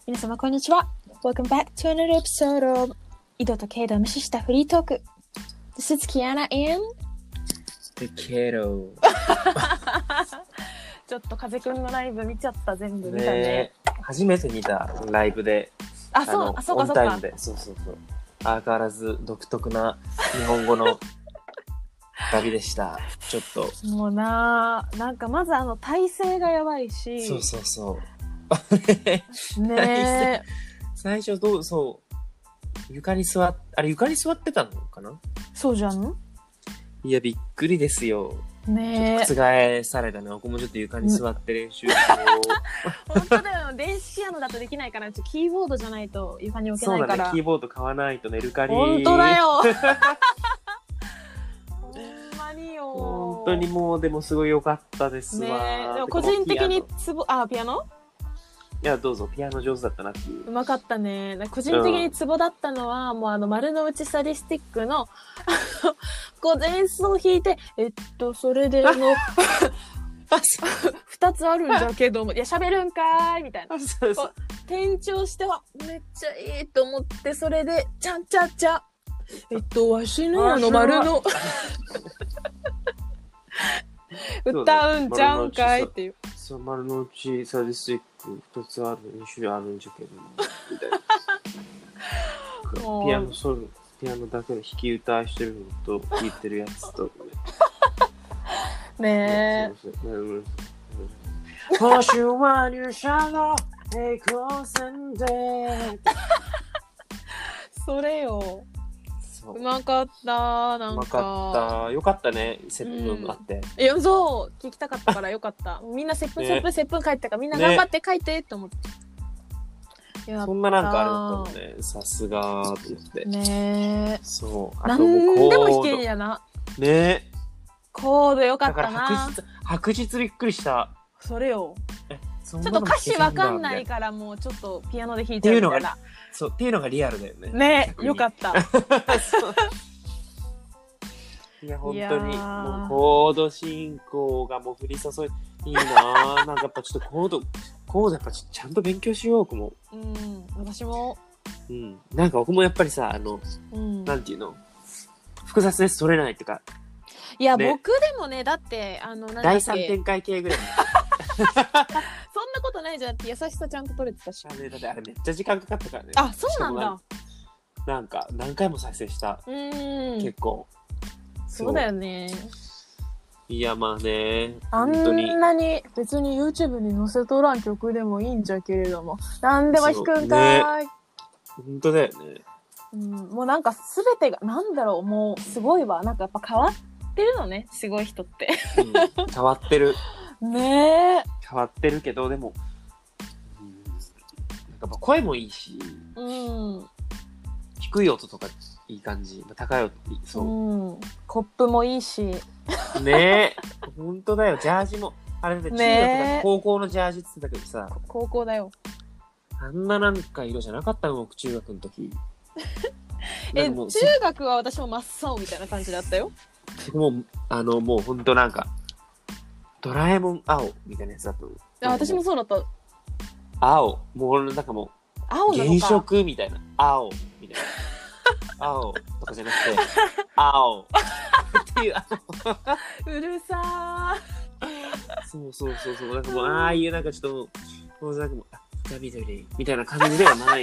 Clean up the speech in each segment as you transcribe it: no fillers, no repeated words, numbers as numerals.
皆様こんにちは。Welcome back to another episode of 井戸とケイドを無視したフリートーク。This is Kiana and The Keto ちょっと風くんのライブ見ちゃった。全部見たね。 ね、初めて見たライブで、 そうかそうオンタイムか。 で、そう。相変わらず独特な日本語の旅でした。ちょっと。 もうなんかまず体勢がやばいし。 そう。 ねえ。 最初床に座ってたのかな？ そうじゃん？ いや、びっくりですよ。 ねえ。 ちょっと覆されたね。僕もちょっと床に座って練習しよう。本当だよ。電子ピアノだとできないから、キーボードじゃないと床に置けないから。 そうだね。キーボード買わないとメルカリ。 本当だよ。ほんまによ。 本当にもうでもすごい良かったですわ。 ね、でも個人的にピアノ？ いや、どうぞ。ピアノ上手だったなっていう。 うまかったね。個人的にツボだったのは、もう丸の内サディスティックのこう前奏弾いて、それで二つあるんだけども、いや、喋るんかーいみたいな。転調しては、めっちゃいいと思って、それで、ちゃんちゃちゃ。わしの丸の、歌うんちゃうんかいっていう。 そう、丸の内サディスティック2つある、2種類あるんじゃけど、みたいな。ピアノだけで弾き歌いしてるのと、弾いてるやつと。 ねえ。星は入社の平行線で。 それよ。うまかった。なんか。うまかった。よかったね。接吻あって。 いや、そう。聞きたかったからよかった。みんな接吻帰ったから、みんな頑張って書いてって思って。 そんななんかあれだったもんね。さすがーって言って。 ねえ。 そう。 なんでも弾けんやな。 ねえ。 コードよかったな。 だから白日びっくりした。 それよ。ちょっと歌詞わかんないからもうちょっもうピアノで弾いちゃうみたいな。 そうっていうのがリアルだよね。 ねえ、よかった。 いや本当にもうコード進行がもう降り注いいいな。なんかやっぱちょっとコードやっぱちゃんと勉強しようも。 私も。 なんか僕もやっぱりさなんていうの複雑です取れないってか。 いや、ね、僕でもねだって第三展開系ぐらい。 そんなことないじゃんって優しさちゃんと取れてたし。 だってあれめっちゃ時間かかったからね。 あ、そうなんだ。 なんか何回も再生した。結構。 そうだよね。 いやまあね。 あんなに別に YouTube に載せとらん曲でもいいんじゃけれども、なんでも弾くんかーい。 ね、本当だよね。 もうなんか全てがなんだろう、もうすごいわ。なんかやっぱ変わってるのね、すごい人って。 変わってる。 ねえ。 変わってるけど、でも、なんか声もいいし、低い音とかいい感じ、高い音そう。 コップもいいし。 ねえ、本当だよ。ジャージもあれだって中学だ高校のジャージって言ってたけどさ、 高校だよ。 あんななんか色じゃなかったの僕中学の時。 中学は私も真っ青みたいな感じだったよ。 もうもう本当なんかドラえもん青みたいなやつだったの。 私もそうだった。 青、もうなんかもう青なのか原色みたいな青みたいな青とかじゃなくて青っていううるさー。そうなんかもうああいうなんかちょっともうなんかもう深緑みたいな感じではない。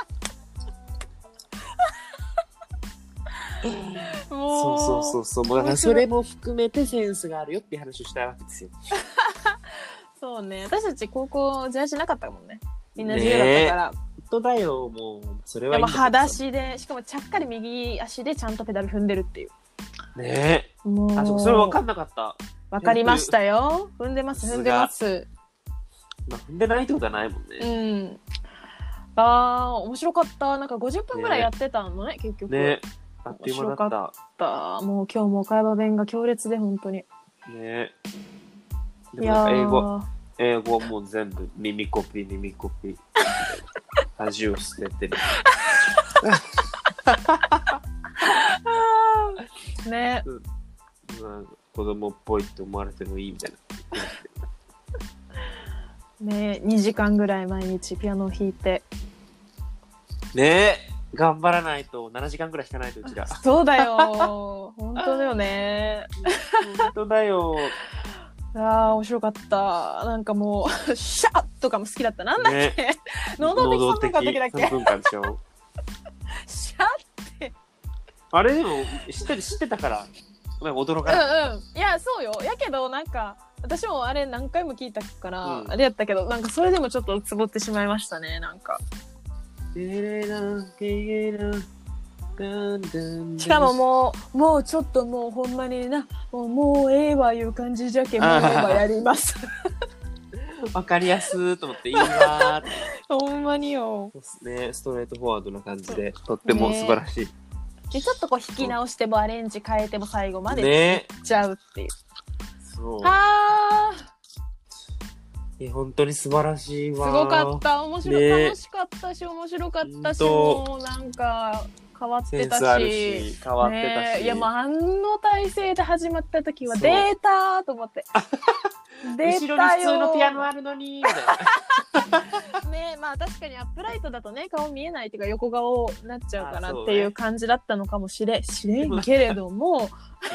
そうもうだからそれも含めてセンスがあるよっていう話をしたいわけですよ。 そうね、私たち高校ジャージなかったもんね。みんな自由だったから。 本当だよ、もうそれはいいんだけど。 裸足で、しかもちゃっかり右足でちゃんとペダル踏んでるっていう。 ねえ。もうそれ分かんなかった。 分かりましたよ。踏んでます。 まあ、踏んでないってことはないもんね。 面白かった。なんか50分ぐらいやってたのね、結局。 ね。あっという間だった。 もう今日も岡山弁が強烈で本当に。 ね。でもなんか英語はもう全部耳コピー恥を捨ててる。 ね。 子供っぽいって思われてもいいみたいな。 ね、2時間ぐらい毎日ピアノを弾いて。 ねえ、頑張らないと7時間ぐらい弾かないとうちら。 そうだよ。本当だよね。 本当だよ。 ああ、面白かった。なんかもう、シャッとかも好きだった。なんだっけ、 ね、 能動的3分間の時だっけ 3分間でしょ。 シャッって。 あれでも知ってたから、なんか驚かない。 うんうん。いや、そうよ。やけど、なんか、私もあれ何回も聞いたから、 うん、 あれやったけど、なんかそれでもちょっとつぼってしまいましたね、なんか。しかももうちょっともうほんまにな、もうええわいう感じじゃけ、もうええわやります。 わかりやすーと思っていいなーほんまによ。 そうですね、ストレートフォワードな感じで、とっても素晴らしい。 でちょっとこう弾き直してもアレンジ変えても最後までいっちゃうっていう。 そう。 あー。本当に素晴らしいわ。 すごかった。楽しかったし、面白かったし、もうなんか変わってたし。 変わってたし。 いや、もうあの体勢で始まった時はデータと思って。 後ろに普通のピアノあるのにみたいな。ね、まあ確かにアップライトだとね、顔見えないっていうか横顔になっちゃうからっていう感じだったのかもしれんけれども。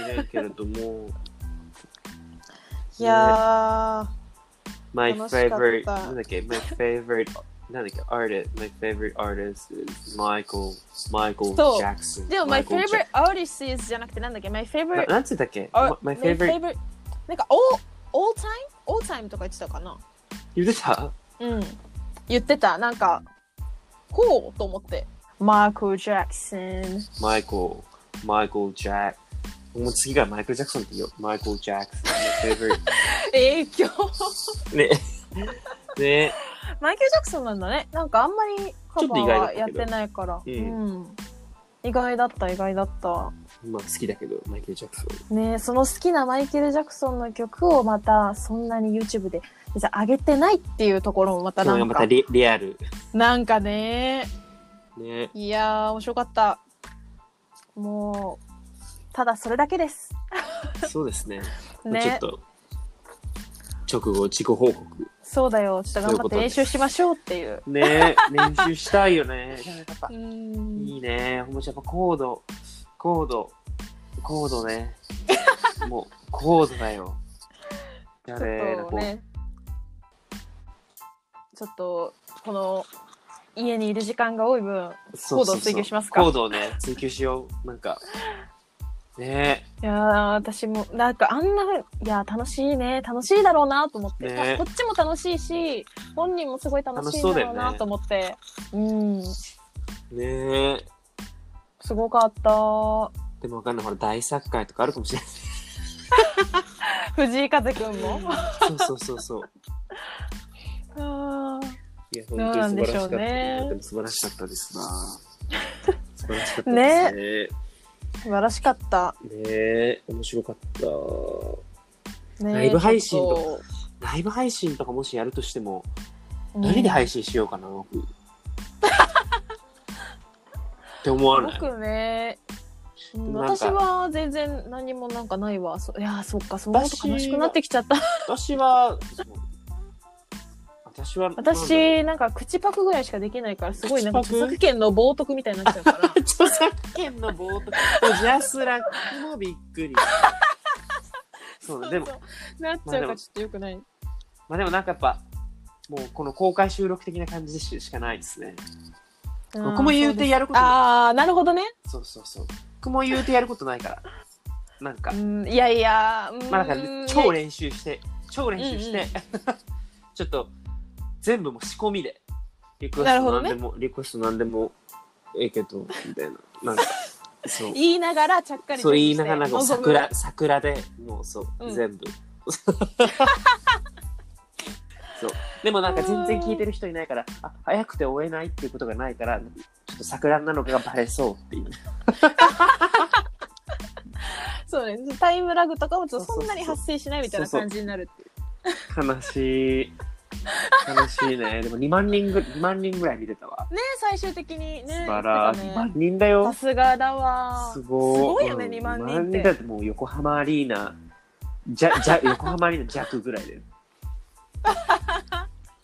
いやー。 My favorite なんだっけ My favorite なんだっけ My favorite artist is Michael Jackson。 でも My favorite artist is じゃなくてなんだっけ My favorite なんつったっけ My favorite なんかall time とか言ってたかな。 言ってた？ うん。言ってた。なんかほうと思って。Michael Jackson。 Michael Jack。もう次がマイクル・ジャクソンって言うよ。マイケル・ジャクソン。 影響ね。ね。 マイケル・ジャクソンなんだね。なんかあんまりカバーはやってないから。意外だった。 まあ好きだけど、マイケル・ジャクソン。ね、その好きなマイケル・ジャクソンの曲をまたそんなに YouTube で上げてないっていうところもまたなんか。 またリアル。 なんかね。 ね。 いやー、面白かった。もう。ただそれだけです。 そうですね。ね、ちょっと直後自己報告。 そうだよ。ちょっと頑張って練習しましょうっていう。 ね、練習したいよね。いいね。もうやっぱコードね。もうコードだよ。 ちょっとね。ちょっとこの家にいる時間が多い分コードを追求しますか。 コードをね追求しよう。なんか。ね、 いや私もなんかあんないや楽しいだろうなと思って、ね、こっちも楽しいし本人もすごい楽しいんだろうなと思って、 ねすごかった。 でもわかんない、ほら大作会とかあるかもしれない藤井風くんもそうあいや本当に素晴らしかったね。でも素晴らしかったですわ。素晴らしかったですね。 素晴らしかった。 ね、面白かった。ライブ配信とかもしやるとしても、何で配信しようかな、僕。って思わない？ 僕ね、私は全然何もなんかないわ。いや、そっか、そう思うと悲しくなってきちゃった。私なんか口パクぐらいしかできないからすごいなんか著作権の冒涜みたいになっちゃうから。 著作権の冒涜。ジャスラックもびっくり。そうでもなっちゃうからちょっと良くない。 まあでもなんかやっぱもうこの公開収録的な感じでしかないですね。僕も言うてやることない。 ああなるほどね。 そう。僕も言うてやることないから。なんか。 いや。 まあなんか超練習してちょっと。全部も仕込みでリクエストなんでもええけどみたいななんかそう言いながらちゃっかりそう言いながらなんか桜でもうそう、全部そうでもなんか全然聞いてる人いないから早くて追えないっていうことがないからちょっと桜なのかがバレそうっていうそうねタイムラグとかもちょっとそんなに発生しないみたいな感じになるっていう悲しいね。でも2万人ぐらい見てたわ。 ね最終的にね。 素晴らしい。2万人だよ。 さすがだわ。 すごいよね、2万人って。 2万人だってもう横浜アリーナ、横浜アリーナ弱ぐらいだよ。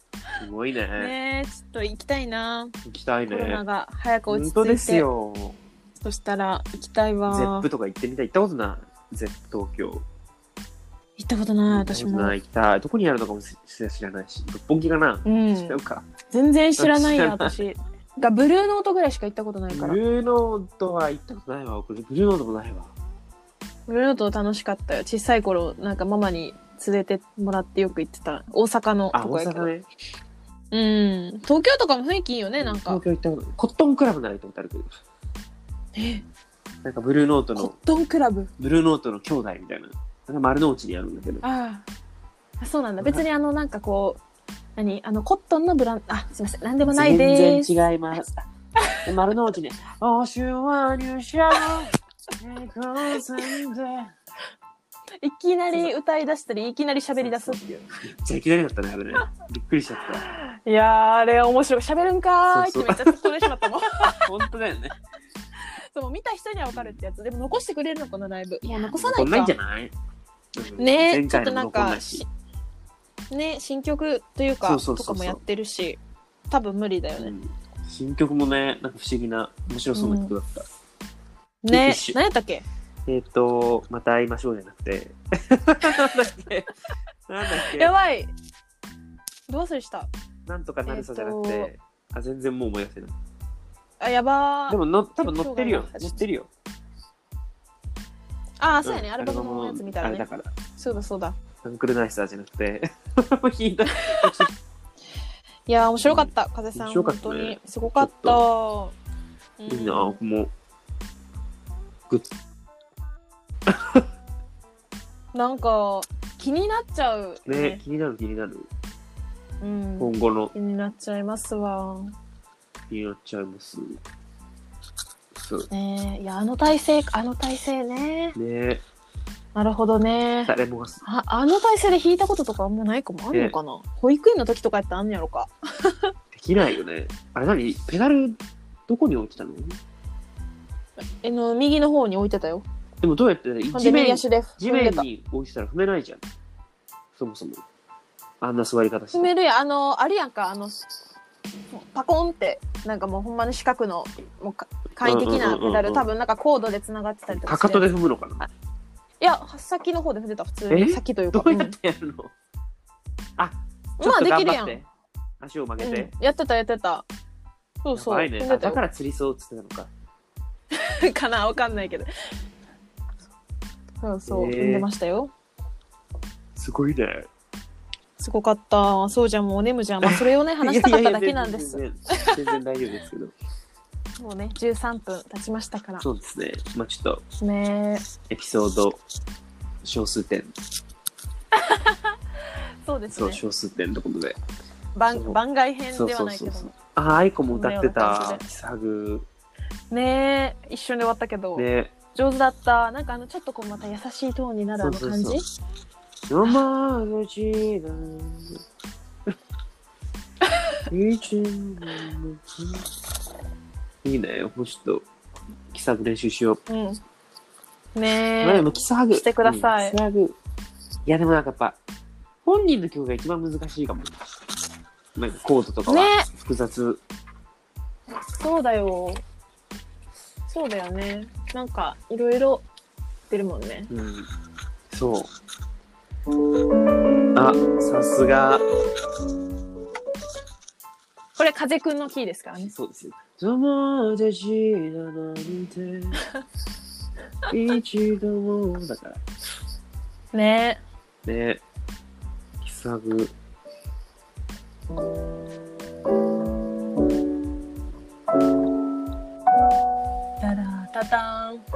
すごいね。 ねえ、ちょっと行きたいな。 行きたいね。 コロナが早く落ち着いて。 本当ですよ。 そしたら行きたいわ。 ゼップとか行ってみたい。行ったことない。ゼップ東京。 行ったことない、私も。 行った。どこにあるのかも知らないし。六本木かな。違うか。 全然知らないや、私。ブルーノートぐらいしか行ったことないから。 ブルーノートは行ったことないわ。ブルーノートもないわ。 ブルーノート楽しかったよ。小さい頃、なんかママに連れてもらってよく行ってた。大阪のとこやけど。大阪ね。東京とかも雰囲気いいよね、なんか。 東京行ったことない。コットンクラブなら行ったことあるけど。なんかブルーノートの。 コットンクラブブルーノートの兄弟みたいな。なんか丸の内にあるんだけど。 ああ。そうなんだ。別になんかこう、コットンのブランド、すいません。なんでもないです。 全然違います。丸の内に、おしは入社いきなり歌い出したり、いきなり喋り出すっていう。 じゃあいきなりだったね、あれね。びっくりしちゃった。 いやー、あれ面白い。喋るんかーいってめっちゃ突っ込んでしまったもん。 本当だよね。 そう、見た人には分かるってやつ。でも残してくれるの、このライブ。もう残さないか。 残んないんじゃないね、ちょっとなんか、ね、新曲というか、とかもやってるし、多分無理だよね。 新曲もね、なんか不思議な、面白そうな曲だった。 ね、何やったっけ？ また会いましょうじゃなくて。なんだっけやばい。どう忘れした？ なんとかなるさじゃなくて、全然もう思い出せない。 やばー。 でも多分載ってるよ。知ってるよ。 そうやね。アルバムのやつ見たらね。 だから。 そうだそうだ。 アンクルナイスーじゃなくて。 いやー、面白かった。風さん、本当に。すごかった。 いいな、もう。グッなんか、気になっちゃう。 ね、気になる。今後の。 気になっちゃいますわ。 気になっちゃいます。 そう。ねえ、いや、あの体勢ね。 ねなるほどね。 誰もあの体勢で弾いたこととかあんまないかも。あんのかな、保育園の時とかやったらあんのやろか。 できないよね。あれ何ペダル、どこに置いてたの？ 右の方に置いてたよ。 でもどうやって地面に置いてたら踏めないじゃん。そもそも。あんな座り方して。 踏めるやん。あるやんか。パコンって、なんかもうほんまに四角の、もう簡易的なペダル、多分なんかコードで繋がってたりとかして。 かかとで踏むのかな？ いや、先の方で踏んでた、普通に。先というか。 どうやってやるの？まあできるやん。 足を曲げて。 やってた。そうそう。 だから釣りそうっつってたのか。 かな、わかんないけど。そう、踏んでましたよ。 すごいね。 すごかった。そうじゃん、もうお眠じゃん。それをね、話したかっただけなんです。 全然大丈夫ですけど。 もうね、13分経ちましたから。 そうですね。ちょっと、 ね、 エピソード小数点。 そうですね。 そう、小数点ということで。 番外編ではないけど。 愛子も歌ってた。キスハグ。 ねえ、一瞬で終わったけど。 ね、 上手だった。なんかちょっとこうまた優しいトーンになる感じ。 いいね。もうちょっと、キスハグ練習しよう。 ねえ。 でもキスハグ。 してください。 キスハグ。いや、でもなんかやっぱ、本人の曲が一番難しいかも。なんかコードとかは複雑。 そうだよ。そうだよね。なんか、いろいろ出るもんね。 そう。さすが。 これ、風くんのキーですからね。 そうですよ。友達なんて、一度も、だから。 ねえ。キスハグ。 タラタタン。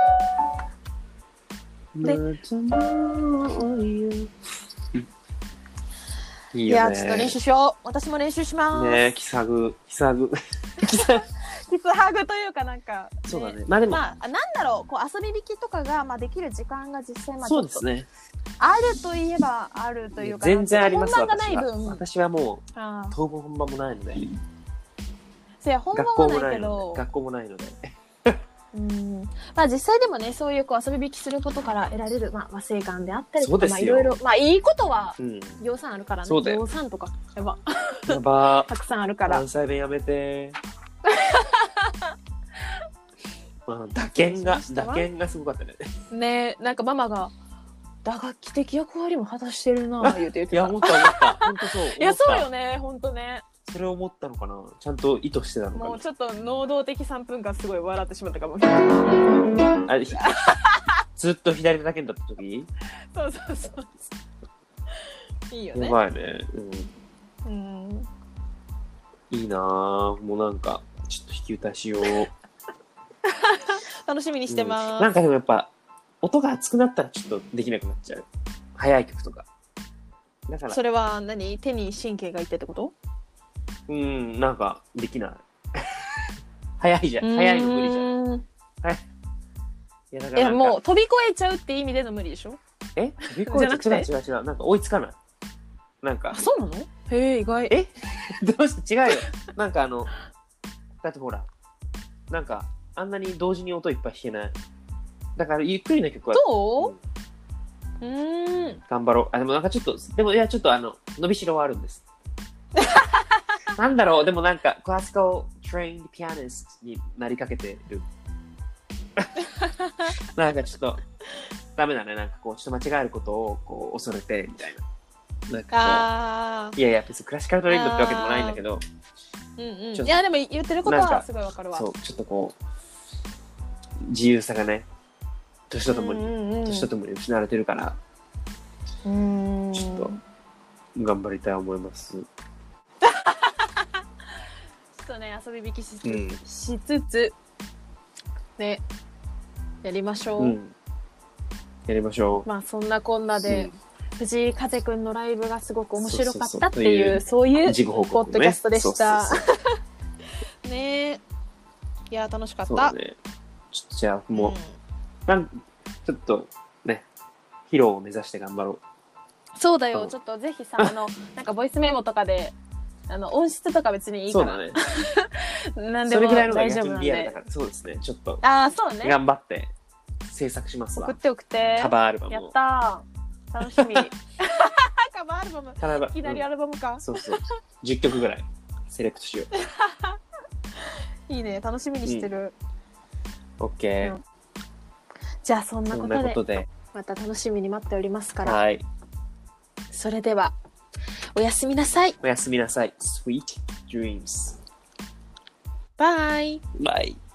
いや、ちょっと練習しよう。私も練習します。 ね、キスハグ。キスハグというかなんか、 そうだね。まあでも、 なんだろう、こう遊び引きとかができる時間が実際そうですね。 あるといえばあるというか、 全然あります。 本番がない分。 私はもう当分本番もないので。 そうや、本番もないけど。 学校もないので。 まあ実際でもね、そういう遊び引きすることから得られる和製感であったりとか、いろいろいいことは量産あるからね。量産とかやば。 やばたくさんあるから関。西弁やめて打鍵がすごかったね。 ね、なんかママが、打楽器的役割も果たしてるなぁ、言うて言ってた。 いや、思った。本当そう。 いや、そうよね、ほんとね。 それ思ったのかな、ちゃんと意図してたのかな。 もうちょっと能動的3分間すごい笑ってしまったかも。 あれずっと左手だけだった時そう。いいよね。 やばいね。 うん。 いいなぁ。もうなんか、ちょっと弾き歌しよう。 楽しみにしてます。 なんかでもやっぱ、音が熱くなったらちょっとできなくなっちゃう。早い曲とか。だから。 それは手に神経がいってってこと？ なんか、できない。早いの無理じゃん。はい。 いや、もう飛び越えちゃうって意味での無理でしょ？ 飛び越えちゃう？違う。なんか追いつかない。なんか。 あ、そうなの？へえ、意外。 どうして違うよ。なんかだってほら、なんか、あんなに同時に音いっぱい弾けない。だから、ゆっくりな曲は。 どう？ 頑張ろう。でもなんかちょっと、いや、ちょっと伸びしろはあるんです。なんだろう、でもなんか、クラシカルトレインピアニストになりかけてる。なんかちょっと、ダメだね。なんかこう、ちょっと間違えることをこう恐れて、みたいな。なんかこう、いや、別にクラシカルトレインドってわけでもないんだけど。 いや、でも言ってることはすごいわかるわ。 そう、ちょっとこう、自由さがね、年とともに失われてるから、ちょっと、頑張りたいと思います。 ちょっとね、遊び引きしつつ、ね、やりましょう。 やりましょう。 まあ、そんなこんなで、藤井風くんのライブがすごく面白かったっていう、そういうポッドキャストでした。ねえ。いや、楽しかった。 そうだね。ちょっとじゃあ、もう、ちょっとね、披露を目指して頑張ろう。 そうだよ。ちょっとぜひさ、なんかボイスメモとかで、音質とか別にいいから。そうだね。何でも大丈夫なんで。リアルだから。そうですね。ちょっと。そうね。頑張って制作しますわ。送って。カバーアルバムを。やったー。楽しみ。カバーアルバム。いきなりアルバムか。そう。10曲ぐらいセレクトしよう。いいね。楽しみにしてる。オッケー。じゃあそんなことでまた楽しみに待っておりますから。はい。それではおやすみなさい。おやすみなさい。Sweet dreams. Bye. Bye.